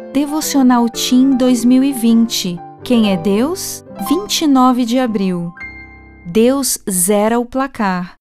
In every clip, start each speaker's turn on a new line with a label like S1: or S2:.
S1: Devocional Team 2020. Quem é Deus? 29 de abril. Deus zera o placar.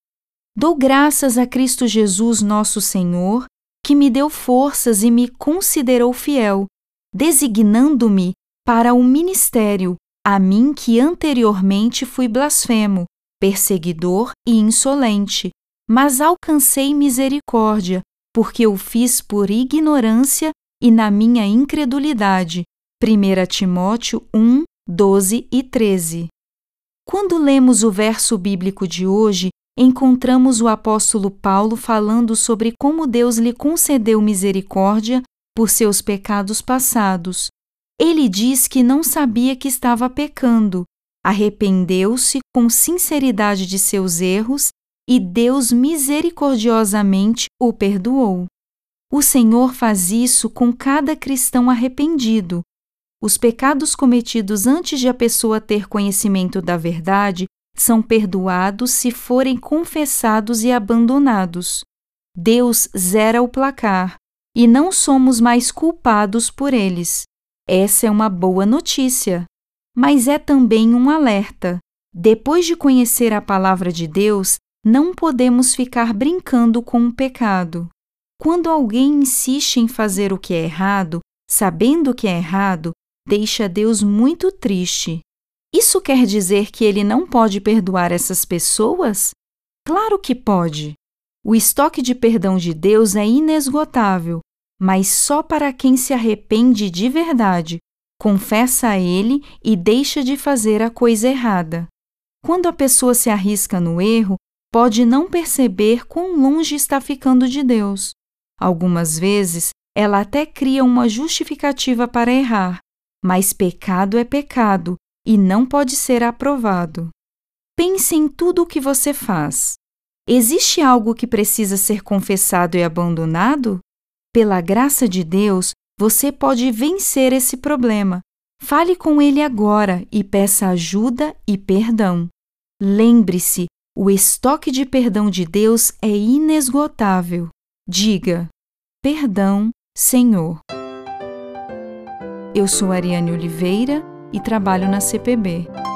S1: Dou graças a Cristo Jesus, nosso Senhor, que me deu forças e me considerou fiel, designando-me para o ministério, a mim que anteriormente fui blasfemo, perseguidor e insolente, mas alcancei misericórdia, porque o fiz por ignorância e na minha incredulidade. 1 Timóteo 1, 12 e 13. Quando lemos o verso bíblico de hoje, encontramos o apóstolo Paulo falando sobre como Deus lhe concedeu misericórdia por seus pecados passados. Ele diz que não sabia que estava pecando, arrependeu-se com sinceridade de seus erros e Deus misericordiosamente o perdoou. O Senhor faz isso com cada cristão arrependido. Os pecados cometidos antes de a pessoa ter conhecimento da verdade são perdoados se forem confessados e abandonados. Deus zera o placar e não somos mais culpados por eles. Essa é uma boa notícia, mas é também um alerta. Depois de conhecer a palavra de Deus, não podemos ficar brincando com o pecado. Quando alguém insiste em fazer o que é errado, sabendo que é errado, deixa Deus muito triste. Isso quer dizer que Ele não pode perdoar essas pessoas? Claro que pode. O estoque de perdão de Deus é inesgotável, mas só para quem se arrepende de verdade, confessa a Ele e deixa de fazer a coisa errada. Quando a pessoa se arrisca no erro, pode não perceber quão longe está ficando de Deus. Algumas vezes, ela até cria uma justificativa para errar, mas pecado é pecado e não pode ser aprovado. Pense em tudo o que você faz. Existe algo que precisa ser confessado e abandonado? Pela graça de Deus, você pode vencer esse problema. Fale com Ele agora e peça ajuda e perdão. Lembre-se, o estoque de perdão de Deus é inesgotável. Diga: perdão, Senhor. Eu sou Ariane Oliveira e trabalho na CPB.